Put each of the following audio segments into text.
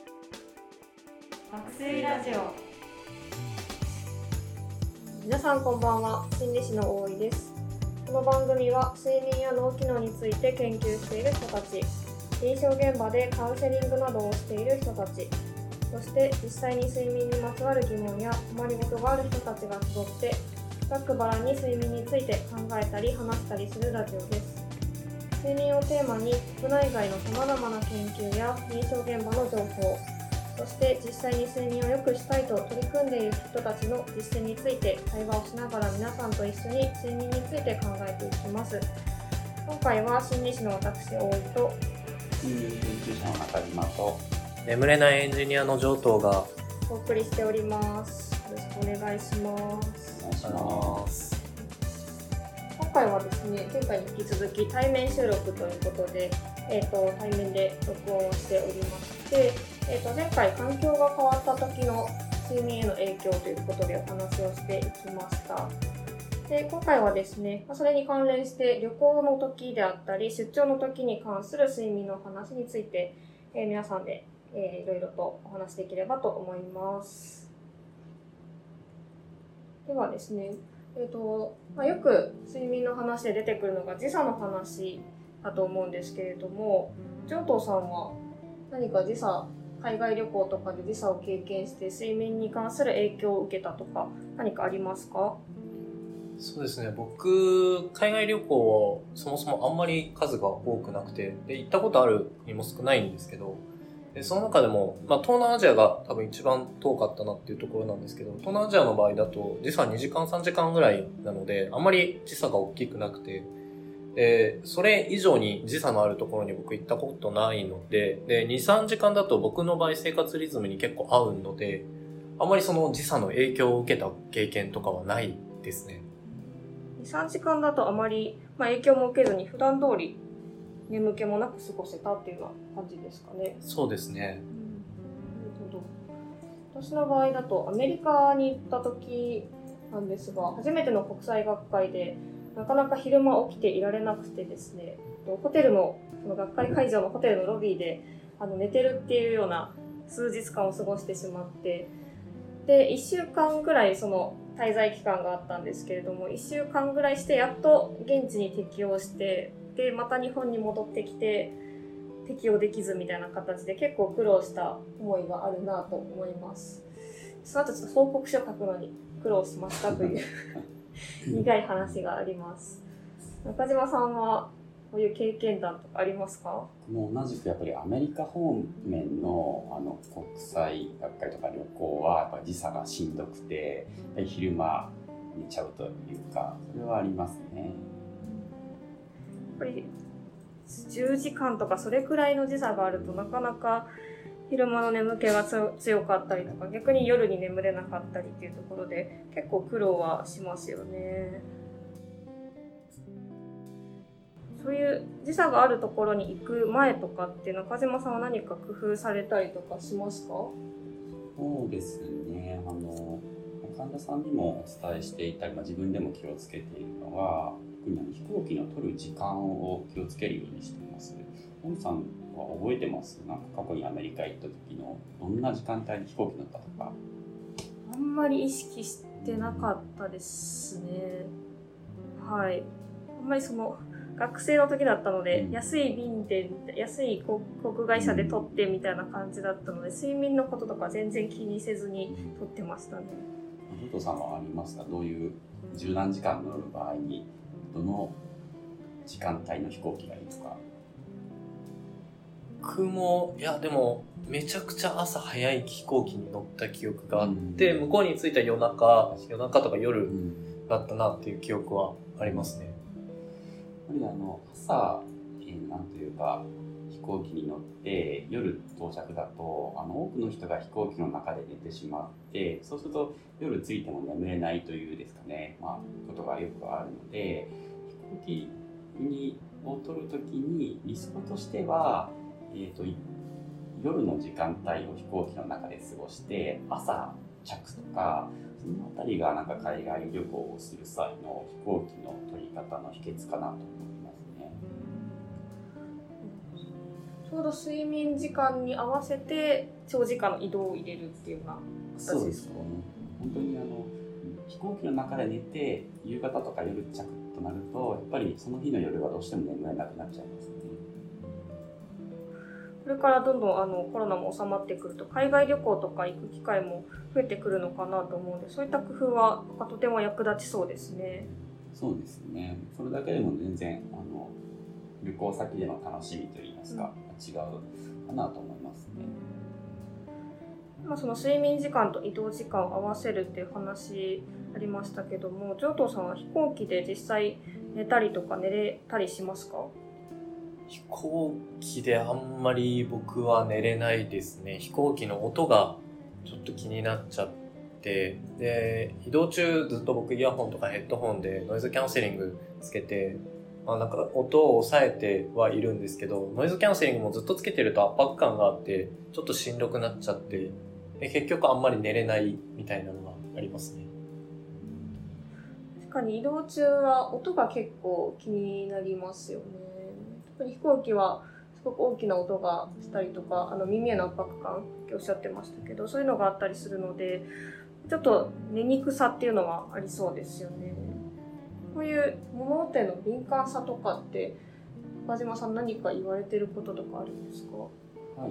爆睡ラジオ。 皆さんこんばんは、心理師の大井です。この番組は睡眠や脳機能について研究している人たち、臨床現場でカウンセリングなどをしている人たち、そして実際に睡眠にまつわる疑問や困りごとがある人たちが集ってざっくばらんに睡眠について考えたり話したりするラジオです。睡眠をテーマに国内外のさまざまな研究や臨床現場の情報、そして実際に睡眠を良くしたいと取り組んでいる人たちの実践について対話をしながら皆さんと一緒に睡眠について考えていきます。今回は心理師の私大井と睡眠研究者の中島と眠れないエンジニアの上等がお送りしております。よろしくお願いします。 お願いします。 今回はですね、前回に引き続き対面収録ということで、対面で録音をしておりまして、前回環境が変わった時の睡眠への影響ということでお話をしていきました。で、今回はですね、それに関連して旅行の時であったり出張の時に関する睡眠の話について、皆さんで、いろいろとお話しできればと思います。ではですね、よく睡眠の話で出てくるのが時差の話だと思うんですけれども、上藤さんは何か時差、海外旅行とかで時差を経験して睡眠に関する影響を受けたとか何かありますか？ そうですね、僕海外旅行をそもそもあんまり数が多くなくて、で行ったことある国も少ないんですけど、でその中でも、東南アジアが多分一番遠かったなっていうところなんですけど、東南アジアの場合だと時差2時間3時間ぐらいなのであんまり時差が大きくなくて、それ以上に時差のあるところに僕行ったことないので、2、3時間だと僕の場合生活リズムに結構合うので、あんまりその時差の影響を受けた経験とかはないですね。 2、3時間だとあまり、影響も受けずに普段通り眠気もなく過ごせたっていうような感じですかね。 そうですね。 なるほど。私の場合だとアメリカに行った時なんですが、初めての国際学会でなかなか昼間起きていられなくてですね、ホテルの、その学会会場のホテルのロビーで寝てるっていうような数日間を過ごしてしまって、で、1週間ぐらいその滞在期間があったんですけれども、1週間ぐらいしてやっと現地に適応して、で、また日本に戻ってきて適応できずみたいな形で結構苦労した思いがあるなと思います。その後ちょっと報告書書くのに苦労しましたという苦い話があります。中島さんはこういう経験談とかありますか？ もう同じくやっぱりアメリカ方面の国際学会とか旅行はやっぱり時差がしんどくて、やっぱり昼間寝ちゃうというか、それはありますね。 やっぱり10時間とかそれくらいの時差があるとなかなか昼間の眠気が強かったりとか、逆に夜に眠れなかったりっていうところで結構苦労はしますよね。そういう時差があるところに行く前とかって中島さんは何か工夫されたりとかしますか？ そうですね、患者さんにもお伝えしていたり、自分でも気をつけているのは、特に飛行機の取る時間を気をつけるようにしています。本さんは覚えてます？なんか過去にアメリカ行った時のどんな時間帯に飛行機乗ったとか。 あんまり意識してなかったですね。はい。あんまりその学生の時だったので、安い便で安い航空会社で取ってみたいな感じだったので、睡眠のこととか全然気にせずに取ってましたね。 ジョトさんはありますか？どういう十何時間乗る場合にどの時間帯の飛行機がいいとか。 僕もでもめちゃくちゃ朝早い飛行機に乗った記憶があって、向こうに着いた夜中とか夜だったなっていう記憶はありますね。 朝、なんというか飛行機に乗って夜到着だと多くの人が飛行機の中で寝てしまって、そうすると夜着いても眠れないというですかね、ことがよくあるので、飛行機を取るときに理想としては、夜の時間帯を飛行機の中で過ごして朝着とか、そのあたりがなんか海外旅行をする際の飛行機の取り方の秘訣かなと思いますね。 ちょうど睡眠時間に合わせて長時間の移動を入れるっていうような形ですか？ 本当に飛行機の中で寝て夕方とか夜着となるとやっぱりその日の夜はどうしても眠れなくなっちゃいますね。 これからどんどんコロナも収まってくると海外旅行とか行く機会も増えてくるのかなと思うので、そういった工夫はとても役立ちそうですね。 そうですね。それだけでも全然旅行先での楽しみといいますか、違うかなと思いますね。 その睡眠時間と移動時間を合わせるっていう話ありましたけども、上藤さんは飛行機で実際寝たりとか寝れたりしますか？ 飛行機であんまり僕は寝れないですね。飛行機の音がちょっと気になっちゃって、で、移動中ずっと僕イヤホンとかヘッドホンでノイズキャンセリングつけて、なんか音を抑えてはいるんですけど、ノイズキャンセリングもずっとつけてると圧迫感があって、ちょっとしんどくなっちゃって、で結局あんまり寝れないみたいなのがありますね。 確かに移動中は音が結構気になりますよね。特に飛行機はすごく大きな音がしたりとか、耳への圧迫感っておっしゃってましたけど、そういうのがあったりするので、ちょっと寝にくさっていうのはありそうですよね。こういう物音への敏感さとかって岡島さん何か言われてることとかあるんですか？ はい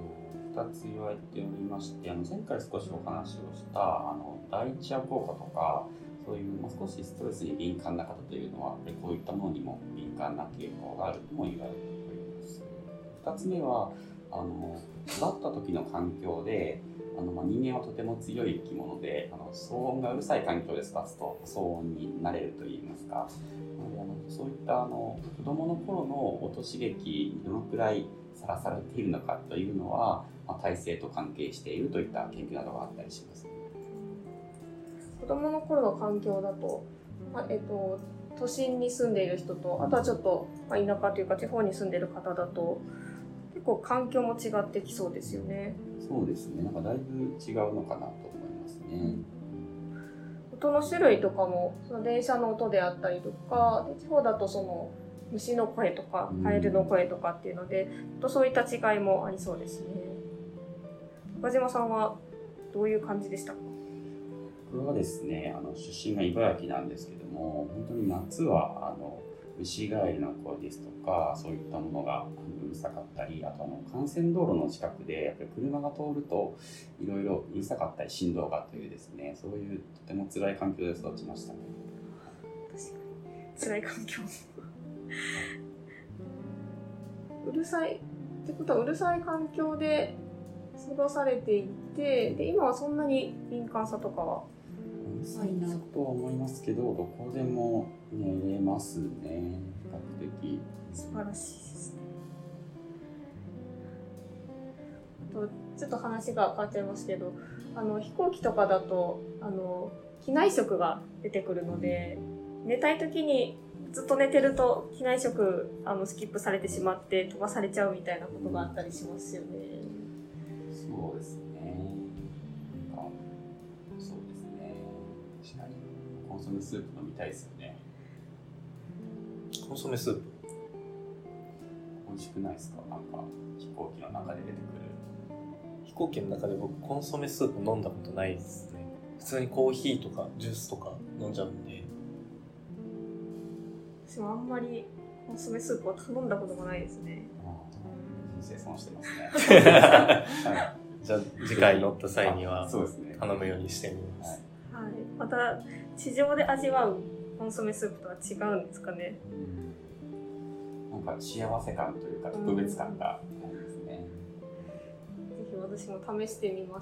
、2つ言われておりまして、前回少しお話をした第一夜効果とか、そういうもう少しストレスに敏感な方というのはこういったものにも敏感な傾向があるとも言われております。2つ目は育った時の環境で人間はとても強い生き物で騒音がうるさい環境で育つと騒音になれるといいますか、なのでそういった子どもの頃の音刺激にどのくらいさらされているのかというのは、体制と関係しているといった研究などがあったりします。 子供の頃の環境だと、都心に住んでいる人と、あとはちょっと、田舎というか地方に住んでいる方だと結構環境も違ってきそうですよね。 そうですね。なんかだいぶ違うのかなと思いますね。 音の種類とかも、その電車の音であったりとか、地方だとその虫の声とかカエルの声とかっていうので、そういった違いもありそうですね。岡島さんはどういう感じでしたか？ これはですね、出身が茨城なんですけども、本当に夏は牛ガエルの声ですとか、そういったものがうるさかったり、あと幹線道路の近くでやっぱり車が通るといろいろうるさかったり振動がというですね、そういうとても辛い環境で育ちましたね。 確かに辛い環境うるさいってことは、うるさい環境で過ごされていて、で今はそんなに敏感さとかはうるさいなとは思いますけど、どこでも寝れますね、比較的。 素晴らしいですね。あとちょっと話が変わっちゃいますけど、飛行機とかだと機内食が出てくるので、寝たい時にずっと寝てると機内食スキップされてしまって飛ばされちゃうみたいなことがあったりしますよね。 そうですね。そうですね。確かにコンソメスープ飲みたいですよね。 コンソメスープ美味しくないですか？なんか飛行機の中で出てくる。 飛行機の中で僕コンソメスープ飲んだことないですね。普通にコーヒーとかジュースとか飲んじゃうんで。 私もあんまりコンソメスープを頼んだことがないですね。 人生損してますね。はい、 じゃあ次回乗った際にはそうですね、 頼むようにしてみます。 はい、また地上で味わうコンソメスープとは違うんですかね。 なんか幸せ感というか特別感がありますね。 ぜひ私も試してみます。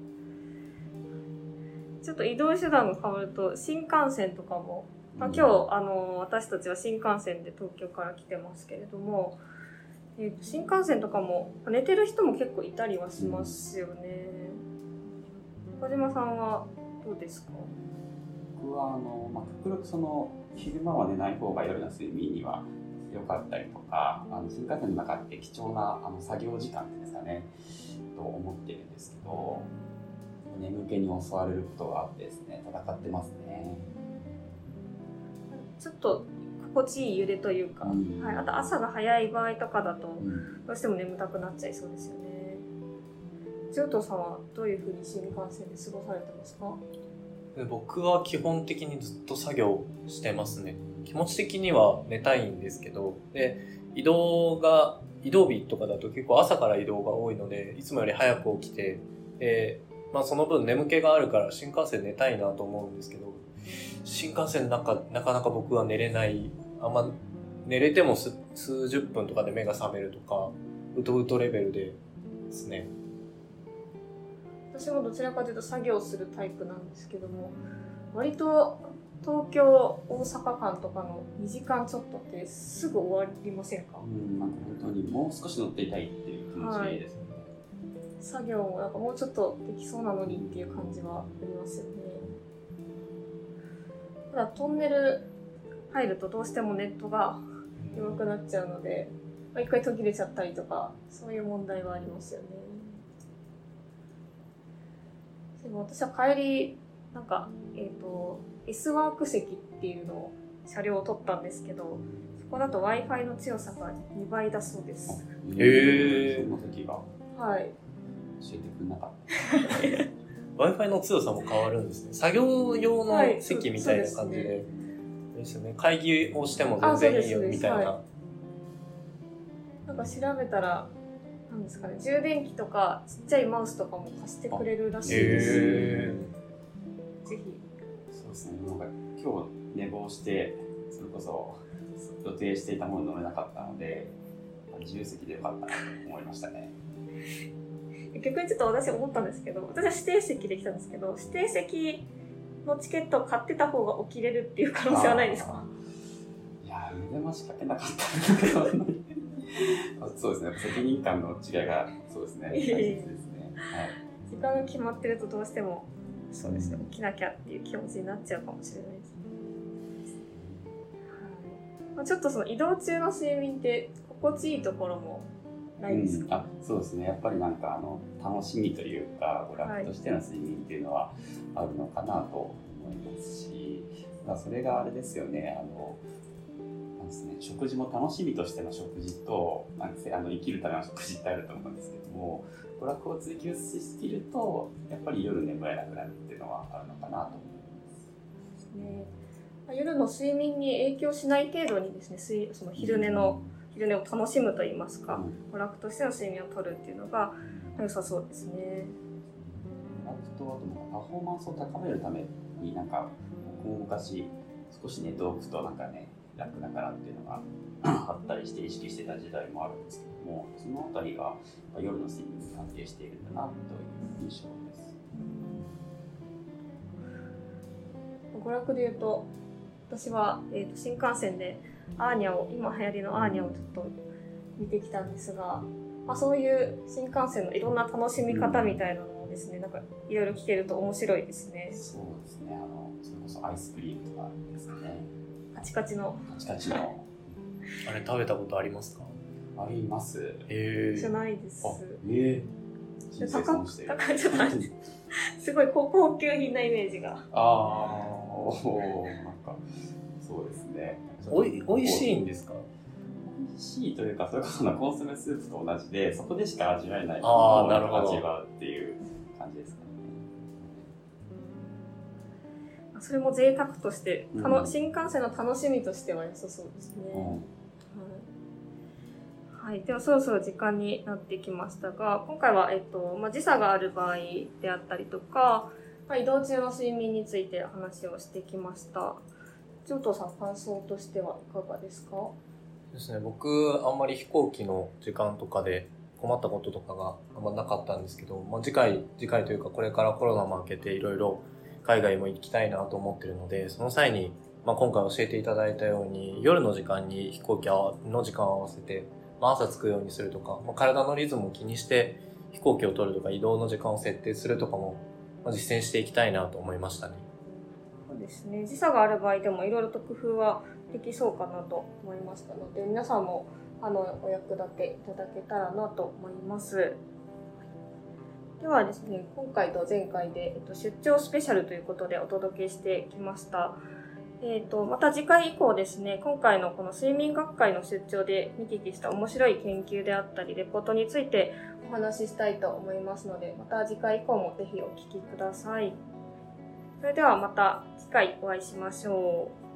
ちょっと移動手段が変わると新幹線とかも、今日私たちは新幹線で東京から来てますけれども、新幹線とかも寝てる人も結構いたりはしますよね。岡島さんはどうですか？ 僕は極力昼間は寝ない方が夜の睡眠には良かったりとか、新幹線の中って貴重な作業時間っていうんですかねと思ってるんですけど、眠気に襲われることがあってですね、戦ってますね。 ちょっと心地いい揺れというか、 うんはい、あと朝が早い場合とかだとうんどうしても眠たくなっちゃいそうですよね。ジさんはどういうふうに新幹線で過ごされたんですか？ で僕は基本的にずっと作業してますね。気持ち的には寝たいんですけど、で移動日とかだと結構朝から移動が多いので、いつもより早く起きて、その分眠気があるから新幹線寝たいなと思うんですけど、新幹線なかなか僕は寝れない。あんま寝れても数十分とかで目が覚めるとか、うとうとレベルでですね。 私もどちらかというと作業するタイプなんですけども、割と東京大阪間とかの2時間ちょっとってすぐ終わりませんか？ なんか本当にもう少し乗っていたいっていう気持ちですよね。 作業もなんかもうちょっとできそうなのにっていう感じはありますよね。ただトンネル入るとどうしてもネットが弱くなっちゃうので、一回途切れちゃったりとか、そういう問題はありますよね。でも私は帰りなんかS ワーク席っていうのを車両を取ったんですけど、そこだと Wi-Fi の強さが2倍だそうです。 へその時がはい教えてくれなかった。 Wi-Fi の強さも変わるんですね。作業用の席みたいな感じで、ですね。会議をしても全然いいよみたいな。 はい、なんか調べたら、なんですかね、充電器とかちっちゃいマウスとかも貸してくれるらしいです。ぜひ。 そうですね。なんか今日寝坊してそれこそ予定していたもの飲めなかったので、自由席でよかったなと思いましたね。 逆にちょっと私思ったんですけど、私は指定席で来たんですけど、指定席のチケットを買ってた方が起きれるっていう可能性はないですか？ いや腕ましかけなかったんだけどそうですね、責任感の違いがそうですね、大切ですね。はい、 時間が決まってるとどうしてもそうですね、起きなきゃっていう気持ちになっちゃうかもしれないですね。はい、ちょっとその移動中の睡眠って心地いいところもないですか？ そうですね、やっぱりなんか楽しみというか娯楽としての睡眠っていうのはあるのかなと思いますし、それがあれですよね、なんですね、食事も楽しみとしての食事と生きるための食事ってあると思うんですけども、娯楽を追求しすぎるとやっぱり夜眠れなくなるっていうのはあるのかなと思いますね。夜の睡眠に影響しない程度にですね、その昼寝を楽しむといいますか、娯楽としての睡眠をとるっていうのが良さそうですね。 娯楽とあとパフォーマンスを高めるために僕も昔少し寝ておくと楽だからっていうのがあったりして意識してた時代もあるんですけども、そのあたりが夜の睡眠に関係しているんだなという印象です。 娯楽でいうと私は、新幹線で今流行りのアーニャをちょっと見てきたんですが、そういう新幹線のいろんな楽しみ方みたいなのをですね、なんかいろいろ聞けると面白いですね。 そうですね、それこそアイスクリームとかですかね。 カチカチのあれ食べたことありますか？ あります。 じゃないです。 人生損してる。 ちょっとすごい高級品なイメージが。 なんかそうですね。 おいしいんですか？ 美味しいというか、それこそコンソメスープと同じで、そこでしか味わえないものを味わうっていう感じですかね。 それも贅沢として、新幹線の楽しみとしては良さそうですね。はい、ではそろそろ時間になってきましたが、今回は、時差がある場合であったりとか、移動中の睡眠について話をしてきました。上藤さん、感想としてはいかがですか？ ですね、僕あんまり飛行機の時間とかで困ったこととかがあんまなかったんですけど、次回というかこれからコロナも明けていろいろ海外も行きたいなと思ってるので、その際に、今回教えていただいたように夜の時間に飛行機の時間を合わせて、朝着くようにするとか、体のリズムを気にして飛行機を取るとか移動の時間を設定するとかも実践していきたいなと思いましたね。 そうですね、時差がある場合でもいろいろと工夫はできそうかなと思いましたので、皆さんもお役立ていただけたらなと思います。ではですね、今回と前回で、出張スペシャルということでお届けしてきました。 また次回以降ですね、今回のこの睡眠学会の出張で見聞きした面白い研究であったり、レポートについてお話ししたいと思いますので、また次回以降もぜひお聞きください。それではまた次回お会いしましょう。